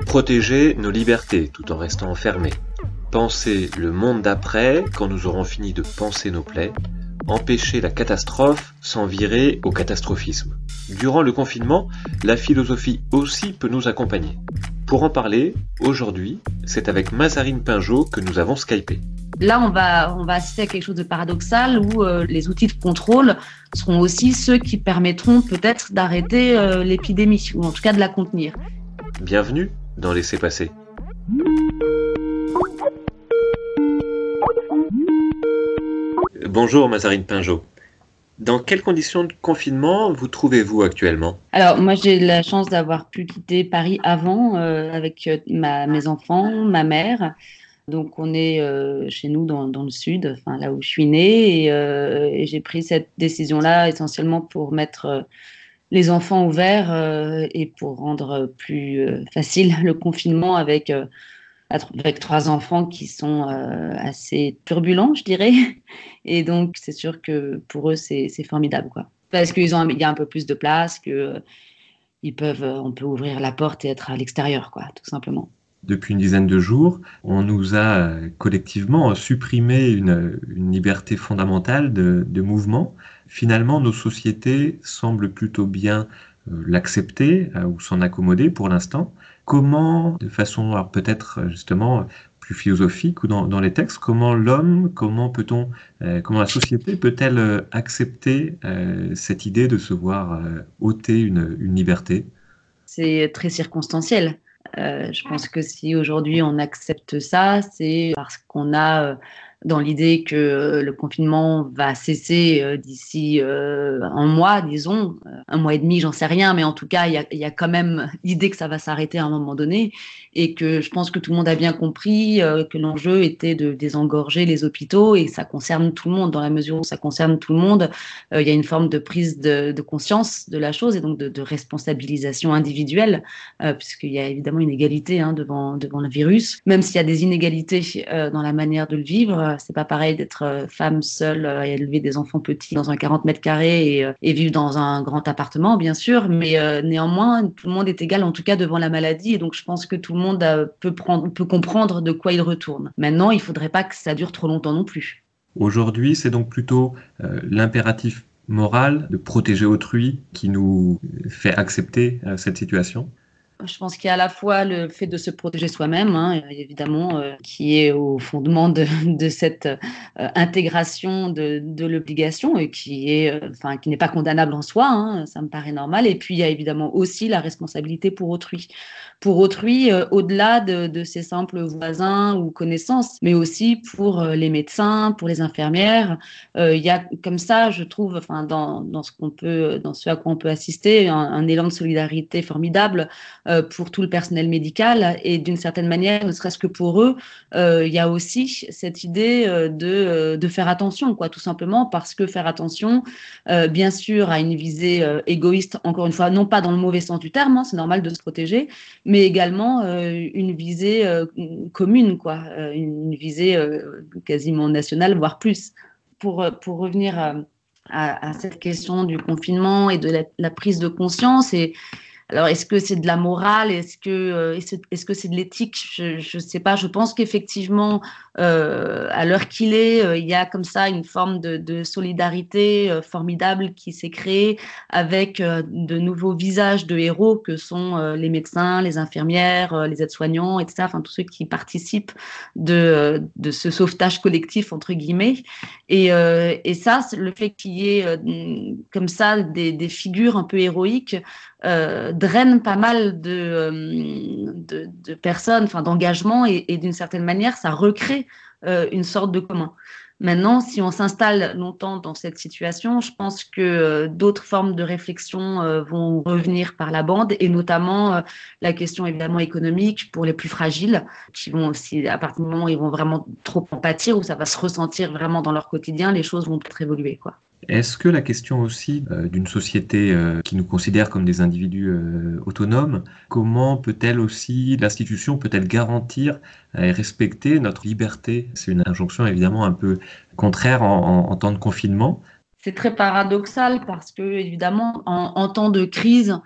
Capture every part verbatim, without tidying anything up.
Protéger nos libertés tout en restant enfermés. Penser le monde d'après quand nous aurons fini de panser nos plaies. Empêcher la catastrophe sans virer au catastrophisme. Durant le confinement, la philosophie aussi peut nous accompagner. Pour en parler, aujourd'hui, c'est avec Mazarine Pinjot que nous avons skypé. Là, on va, on va assister à quelque chose de paradoxal où euh, les outils de contrôle seront aussi ceux qui permettront peut-être d'arrêter euh, l'épidémie, ou en tout cas de la contenir. Bienvenue dans Laissez passer. Bonjour Mazarine Pinjot. Dans quelles conditions de confinement vous trouvez-vous actuellement ? Alors moi j'ai la chance d'avoir pu quitter Paris avant euh, avec ma, mes enfants, ma mère. Donc on est euh, chez nous dans, dans le sud, enfin là où je suis née, et, euh, et j'ai pris cette décision-là essentiellement pour mettre euh, les enfants ouverts euh, et pour rendre plus euh, facile le confinement avec euh, avec trois enfants qui sont euh, assez turbulents, je dirais. Et donc, c'est sûr que pour eux, c'est, c'est formidable, quoi. Parce qu'il y a un peu plus de place, que euh, ils peuvent, on peut ouvrir la porte et être à l'extérieur, quoi, tout simplement. Depuis une dizaine de jours, on nous a collectivement supprimé une, une liberté fondamentale de, de mouvement. Finalement, nos sociétés semblent plutôt bien euh, l'accepter euh, ou s'en accommoder pour l'instant. Comment, de façon alors peut-être justement plus philosophique ou dans, dans les textes, comment l'homme, comment peut-on, euh, comment la société peut-elle euh, accepter euh, cette idée de se voir euh, ôter une, une liberté ? C'est très circonstanciel. Euh, je pense que si aujourd'hui on accepte ça, c'est parce qu'on a euh, dans l'idée que euh, le confinement va cesser euh, d'ici euh, un mois, disons, euh, un mois et demi, j'en sais rien, mais en tout cas, il y a, y a quand même l'idée que ça va s'arrêter à un moment donné et que je pense que tout le monde a bien compris euh, que l'enjeu était de désengorger les hôpitaux et ça concerne tout le monde. Dans la mesure où ça concerne tout le monde, euh, il y a une forme de prise de, de conscience de la chose et donc de, de responsabilisation individuelle, euh, puisqu'il y a évidemment une égalité hein, devant, devant le virus, même s'il y a des inégalités euh, dans la manière de le vivre. C'est pas pareil d'être femme seule et élever des enfants petits dans un quarante mètres carrés et, et vivre dans un grand appartement, bien sûr, mais euh, néanmoins, tout le monde est égal, en tout cas devant la maladie, et donc je pense que tout le monde a, peut, prendre, peut comprendre de quoi il retourne. Maintenant, il faudrait pas que ça dure trop longtemps non plus. Aujourd'hui, c'est donc plutôt euh, l'impératif moral de protéger autrui qui nous fait accepter euh, cette situation ? Je pense qu'il y a à la fois le fait de se protéger soi-même, hein, évidemment, euh, qui est au fondement de, de cette euh, intégration de, de l'obligation et qui est, euh, enfin, qui n'est pas condamnable en soi, hein, ça me paraît normal. Et puis il y a évidemment aussi la responsabilité pour autrui, pour autrui euh, au-delà de, de ses simples voisins ou connaissances, mais aussi pour euh, les médecins, pour les infirmières. Euh, il y a comme ça, je trouve, enfin, dans, dans ce qu'on peut, dans ce à quoi on peut assister, un, un élan de solidarité formidable. Euh, pour tout le personnel médical et d'une certaine manière, ne serait-ce que pour eux, euh, il y a aussi cette idée euh, de, euh, de faire attention, quoi, tout simplement parce que faire attention, euh, bien sûr, a une visée euh, égoïste, encore une fois, non pas dans le mauvais sens du terme, hein, c'est normal de se protéger, mais également euh, une visée euh, commune, quoi, euh, une visée euh, quasiment nationale, voire plus. Pour, pour revenir à, à, à cette question du confinement et de la, la prise de conscience et alors, est-ce que c'est de la morale ? Est-ce que, euh, est-ce, est-ce que c'est de l'éthique ? Je ne sais pas. Je pense qu'effectivement, euh, à l'heure qu'il est, euh, il y a comme ça une forme de, de solidarité euh, formidable qui s'est créée avec euh, de nouveaux visages de héros que sont euh, les médecins, les infirmières, euh, les aides-soignants, et cetera. Enfin, tous ceux qui participent de, euh, de ce sauvetage collectif, entre guillemets. Et, euh, et ça, le fait qu'il y ait euh, comme ça des, des figures un peu héroïques, Euh, draine pas mal de, euh, de, de personnes, enfin d'engagement et, et d'une certaine manière, ça recrée euh, une sorte de commun. Maintenant, si on s'installe longtemps dans cette situation, je pense que euh, d'autres formes de réflexion euh, vont revenir par la bande et notamment euh, la question évidemment économique pour les plus fragiles qui vont aussi, à partir du moment où ils vont vraiment trop en pâtir, où ça va se ressentir vraiment dans leur quotidien, les choses vont peut-être évoluer, quoi. Est-ce que la question aussi euh, d'une société euh, qui nous considère comme des individus euh, autonomes, comment peut-elle aussi, l'institution peut-elle garantir euh, et respecter notre liberté ? C'est une injonction évidemment un peu contraire en, en, en temps de confinement. C'est très paradoxal parce que évidemment, en, en temps de crise,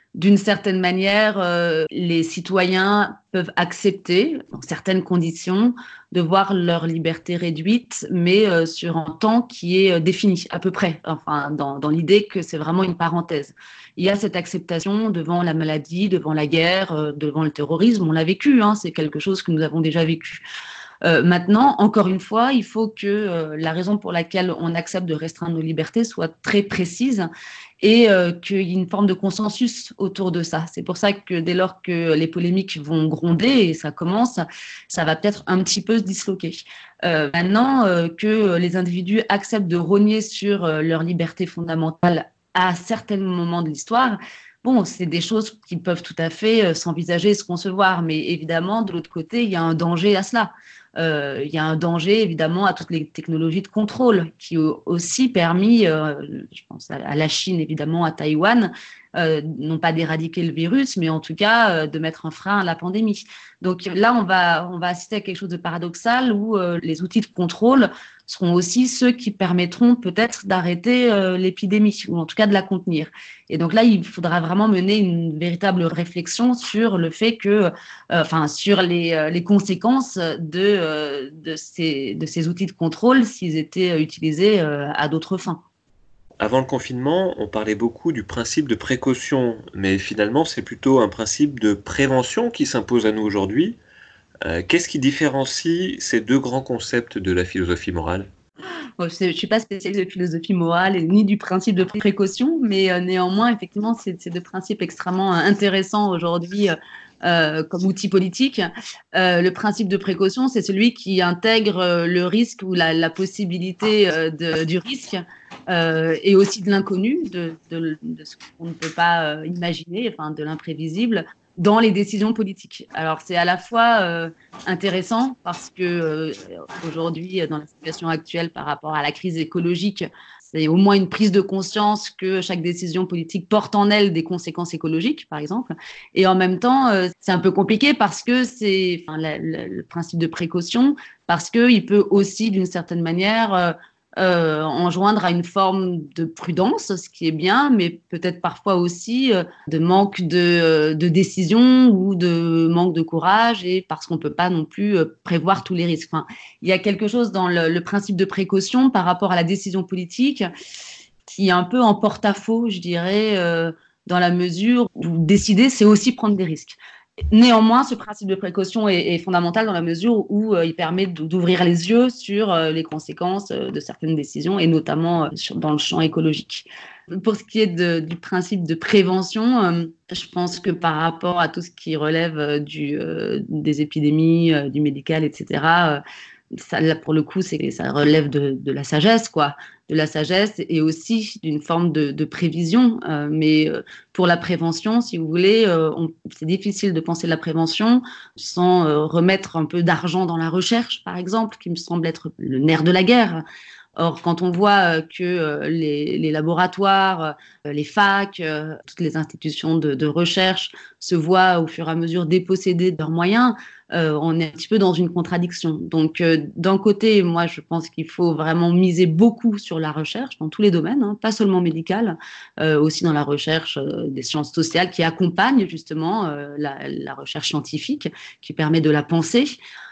d'une certaine manière, euh, les citoyens peuvent accepter, dans certaines conditions, de voir leur liberté réduite, mais euh, sur un temps qui est euh, défini, à peu près, enfin, dans, dans l'idée que c'est vraiment une parenthèse. Il y a cette acceptation devant la maladie, devant la guerre, euh, devant le terrorisme, on l'a vécu, hein, c'est quelque chose que nous avons déjà vécu. Euh, maintenant, encore une fois, il faut que euh, la raison pour laquelle on accepte de restreindre nos libertés soit très précise et euh, qu'il y ait une forme de consensus autour de ça. C'est pour ça que dès lors que les polémiques vont gronder, et ça commence, ça va peut-être un petit peu se disloquer. Euh, maintenant euh, que les individus acceptent de rogner sur euh, leur liberté fondamentale à certains moments de l'histoire, bon, c'est des choses qui peuvent tout à fait euh, s'envisager et se concevoir, mais évidemment, de l'autre côté, il y a un danger à cela. Euh, il y a un danger, évidemment, à toutes les technologies de contrôle qui ont aussi permis, euh, je pense à la Chine, évidemment, à Taïwan, euh, non pas d'éradiquer le virus, mais en tout cas euh, de mettre un frein à la pandémie. Donc là, on va, on va assister à quelque chose de paradoxal où euh, les outils de contrôle seront aussi ceux qui permettront peut-être d'arrêter euh, l'épidémie, ou en tout cas de la contenir. Et donc là, il faudra vraiment mener une véritable réflexion sur le fait que, euh, enfin, sur les, euh, les conséquences de, euh, de, ces, de ces outils de contrôle s'ils étaient utilisés euh, à d'autres fins. Avant le confinement, on parlait beaucoup du principe de précaution, mais finalement, c'est plutôt un principe de prévention qui s'impose à nous aujourd'hui. Euh, qu'est-ce qui différencie ces deux grands concepts de la philosophie morale ? Bon, je ne suis pas spécialiste de philosophie morale ni du principe de précaution, mais euh, néanmoins, effectivement, c'est, c'est deux principes extrêmement euh, intéressants aujourd'hui euh, comme outil politique. Euh, le principe de précaution, c'est celui qui intègre euh, le risque ou la, la possibilité euh, de, du risque euh, et aussi de l'inconnu, de, de, de ce qu'on ne peut pas euh, imaginer, enfin de l'imprévisible, dans les décisions politiques. Alors, c'est à la fois euh, intéressant parce que euh, aujourd'hui, dans la situation actuelle par rapport à la crise écologique, c'est au moins une prise de conscience que chaque décision politique porte en elle des conséquences écologiques, par exemple. Et en même temps, euh, c'est un peu compliqué parce que c'est enfin, la, la, le principe de précaution, parce qu'il peut aussi, d'une certaine manière, euh, Euh, enjoindre à une forme de prudence, ce qui est bien, mais peut-être parfois aussi euh, de manque de, de décision ou de manque de courage, et parce qu'on ne peut pas non plus euh, prévoir tous les risques. Enfin, il y a quelque chose dans le, le principe de précaution par rapport à la décision politique qui est un peu en porte-à-faux, je dirais, euh, dans la mesure où décider, c'est aussi prendre des risques. Néanmoins, ce principe de précaution est, est fondamental dans la mesure où euh, il permet d'ouvrir les yeux sur euh, les conséquences euh, de certaines décisions, et notamment euh, sur, dans le champ écologique. Pour ce qui est de, du principe de prévention, euh, je pense que par rapport à tout ce qui relève euh, du, euh, des épidémies, euh, du médical, et cetera, euh, ça, là, pour le coup, c'est, ça relève de, de la sagesse, quoi, de la sagesse et aussi d'une forme de, de prévision. Euh, mais euh, pour la prévention, si vous voulez, euh, on, c'est difficile de penser la prévention sans euh, remettre un peu d'argent dans la recherche, par exemple, qui me semble être le nerf de la guerre. Or, quand on voit que les, les laboratoires, les facs, toutes les institutions de, de recherche se voient au fur et à mesure déposséder de leurs moyens, euh, on est un petit peu dans une contradiction. Donc, euh, d'un côté, moi, je pense qu'il faut vraiment miser beaucoup sur la recherche dans tous les domaines, hein, pas seulement médical, euh, aussi dans la recherche euh, des sciences sociales qui accompagnent justement euh, la, la recherche scientifique, qui permet de la penser.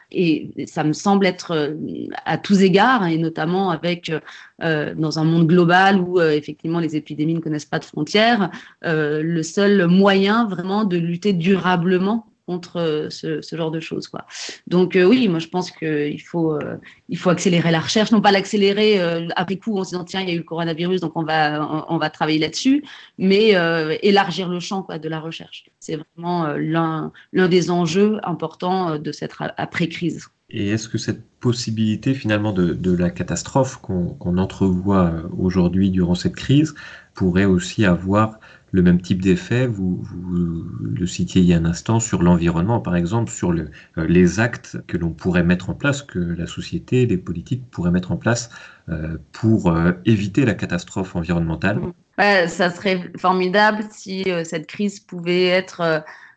Et ça me semble être à tous égards, et notamment avec euh, dans un monde global où euh, effectivement les épidémies ne connaissent pas de frontières, euh, le seul moyen vraiment de lutter durablement contre ce, ce genre de choses, quoi. Donc euh, oui, moi je pense qu'il faut, euh, il faut accélérer la recherche, non pas l'accélérer euh, après coup en se disant tiens il y a eu le coronavirus donc on va, on, on va travailler là-dessus, mais euh, élargir le champ, quoi, de la recherche. C'est vraiment euh, l'un, l'un des enjeux importants de cette après-crise. Et est-ce que cette possibilité finalement de, de la catastrophe qu'on, qu'on entrevoit aujourd'hui durant cette crise pourrait aussi avoir le même type d'effet, vous, vous le citiez il y a un instant, sur l'environnement, par exemple, sur le, euh, les actes que l'on pourrait mettre en place, que la société, les politiques pourraient mettre en place euh, pour euh, éviter la catastrophe environnementale? Ouais, ça serait formidable si euh, cette crise pouvait être euh,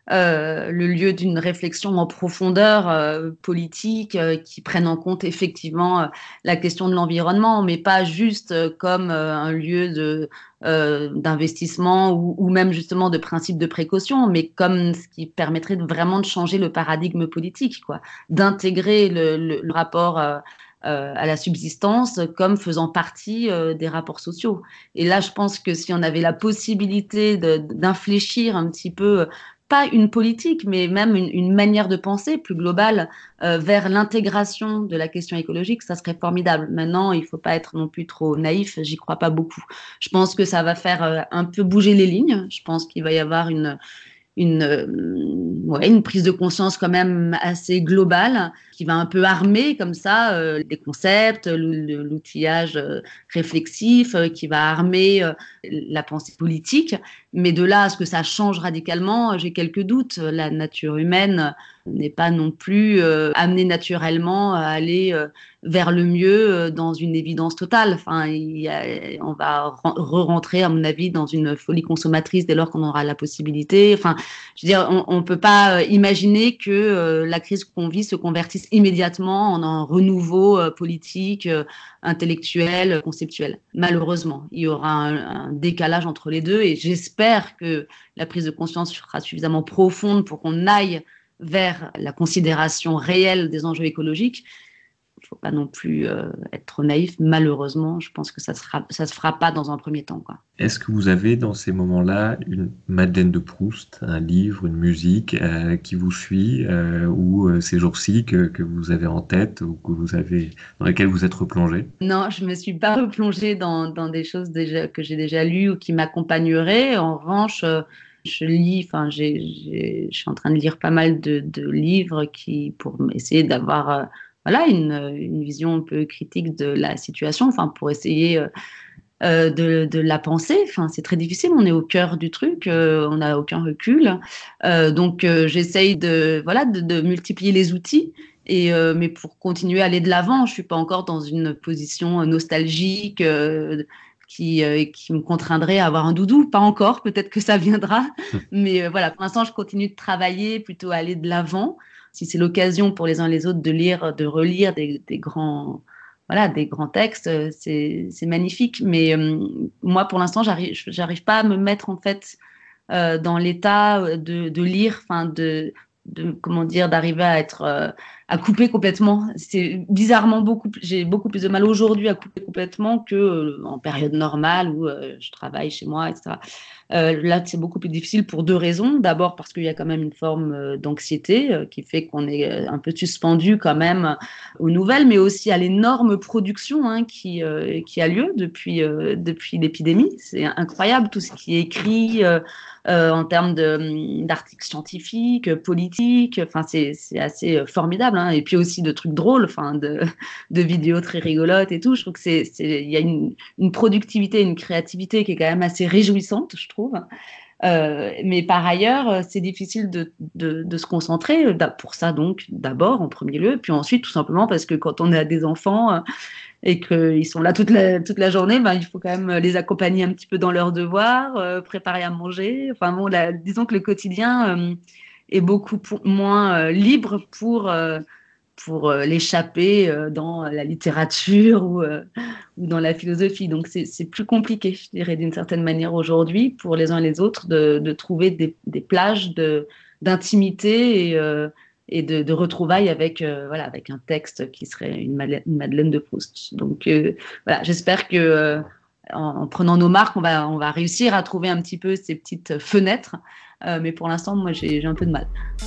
euh, le lieu d'une réflexion en profondeur euh, politique euh, qui prenne en compte effectivement euh, la question de l'environnement, mais pas juste euh, comme euh, un lieu de, euh, d'investissement ou, ou même justement de principe de précaution, mais comme ce qui permettrait de vraiment de changer le paradigme politique, quoi, d'intégrer le, le, le rapport euh, euh, à la subsistance comme faisant partie euh, des rapports sociaux. Et là, je pense que si on avait la possibilité de, d'infléchir un petit peu, pas une politique, mais même une, une manière de penser plus globale euh, vers l'intégration de la question écologique, ça serait formidable. Maintenant, il ne faut pas être non plus trop naïf, j'y crois pas beaucoup. Je pense que ça va faire euh, un peu bouger les lignes. Je pense qu'il va y avoir une, une, euh, ouais, une prise de conscience quand même assez globale qui va un peu armer comme ça euh, les concepts, l'outillage euh, réflexif, euh, qui va armer euh, la pensée politique. Mais de là à ce que ça change radicalement, j'ai quelques doutes. La nature humaine n'est pas non plus euh, amenée naturellement à aller euh, vers le mieux euh, dans une évidence totale. Enfin, il y a, on va re-rentrer, à mon avis, dans une folie consommatrice dès lors qu'on aura la possibilité. Enfin, je veux dire, on ne peut pas imaginer que euh, la crise qu'on vit se convertisse immédiatement en un renouveau euh, politique, euh, intellectuel, conceptuel. Malheureusement, il y aura un, un décalage entre les deux et j'espère que la prise de conscience sera suffisamment profonde pour qu'on aille vers la considération réelle des enjeux écologiques. Il ne faut pas non plus euh, être trop naïf. Malheureusement, je pense que ça ne se fera pas dans un premier temps, quoi. Est-ce que vous avez dans ces moments-là une Madeleine de Proust, un livre, une musique euh, qui vous suit euh, ou euh, ces jours-ci que, que vous avez en tête ou que vous avez, dans lesquelles vous êtes replongé? Non, je ne me suis pas replongée dans, dans des choses déjà, que j'ai déjà lues ou qui m'accompagneraient. En revanche, euh, je lis, enfin, j'ai, j'ai, je suis en train de lire pas mal de, de livres qui, pour essayer d'avoir euh, voilà, une, une vision un peu critique de la situation, enfin, pour essayer euh, euh, de, de la penser. Enfin, c'est très difficile, on est au cœur du truc, euh, on n'a aucun recul. Euh, donc, euh, j'essaye de, voilà, de, de multiplier les outils. Et, euh, mais pour continuer à aller de l'avant, je ne suis pas encore dans une position nostalgique euh, qui, euh, qui me contraindrait à avoir un doudou. Pas encore, peut-être que ça viendra. Mais euh, voilà, pour l'instant, je continue de travailler, plutôt à aller de l'avant. Si c'est l'occasion pour les uns et les autres de lire, de relire des, des grands, voilà, des grands textes, c'est, c'est magnifique. Mais euh, moi, pour l'instant, j'arrive, j'arrive pas à me mettre en fait euh, dans l'état de, de lire, enfin de, de, comment dire, d'arriver à être, euh, à couper complètement. C'est bizarrement beaucoup, j'ai beaucoup plus de mal aujourd'hui à couper complètement que euh, en période normale où euh, je travaille chez moi, et cetera. Euh, là, c'est beaucoup plus difficile pour deux raisons. D'abord parce qu'il y a quand même une forme euh, d'anxiété euh, qui fait qu'on est euh, un peu suspendu quand même aux nouvelles, mais aussi à l'énorme production hein, qui, euh, qui a lieu depuis, euh, depuis l'épidémie. C'est incroyable tout ce qui est écrit euh, euh, en termes de, d'articles scientifiques, politiques. Enfin, c'est, c'est assez formidable. Hein. Et puis aussi de trucs drôles, enfin, de, de vidéos très rigolotes et tout. Je trouve que c'est, c'est, il y a une, une productivité, une créativité qui est quand même assez réjouissante, je trouve. Euh, mais par ailleurs, c'est difficile de, de, de se concentrer pour ça, donc d'abord en premier lieu, puis ensuite tout simplement parce que quand on a des enfants euh, et qu'ils sont là toute la, toute la journée, ben, il faut quand même les accompagner un petit peu dans leurs devoirs, euh, préparer à manger. Enfin bon, la, disons que le quotidien euh, est beaucoup pour, moins euh, libre pour euh, pour euh, l'échapper euh, dans la littérature ou, euh, ou dans la philosophie. Donc, c'est, c'est plus compliqué, je dirais, d'une certaine manière aujourd'hui, pour les uns et les autres, de, de trouver des, des plages de, d'intimité et, euh, et de, de retrouvailles avec, euh, voilà, avec un texte qui serait une Madeleine, une Madeleine de Proust. Donc, euh, voilà, j'espère que euh, en, en prenant nos marques, on va, on va réussir à trouver un petit peu ces petites fenêtres. Euh, mais pour l'instant, moi, j'ai, j'ai un peu de mal.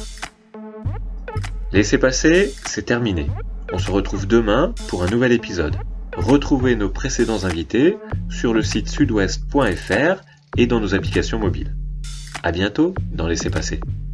Laissez passer, c'est terminé. On se retrouve demain pour un nouvel épisode. Retrouvez nos précédents invités sur le site sud ouest point f r et dans nos applications mobiles. À bientôt dans Laissez passer.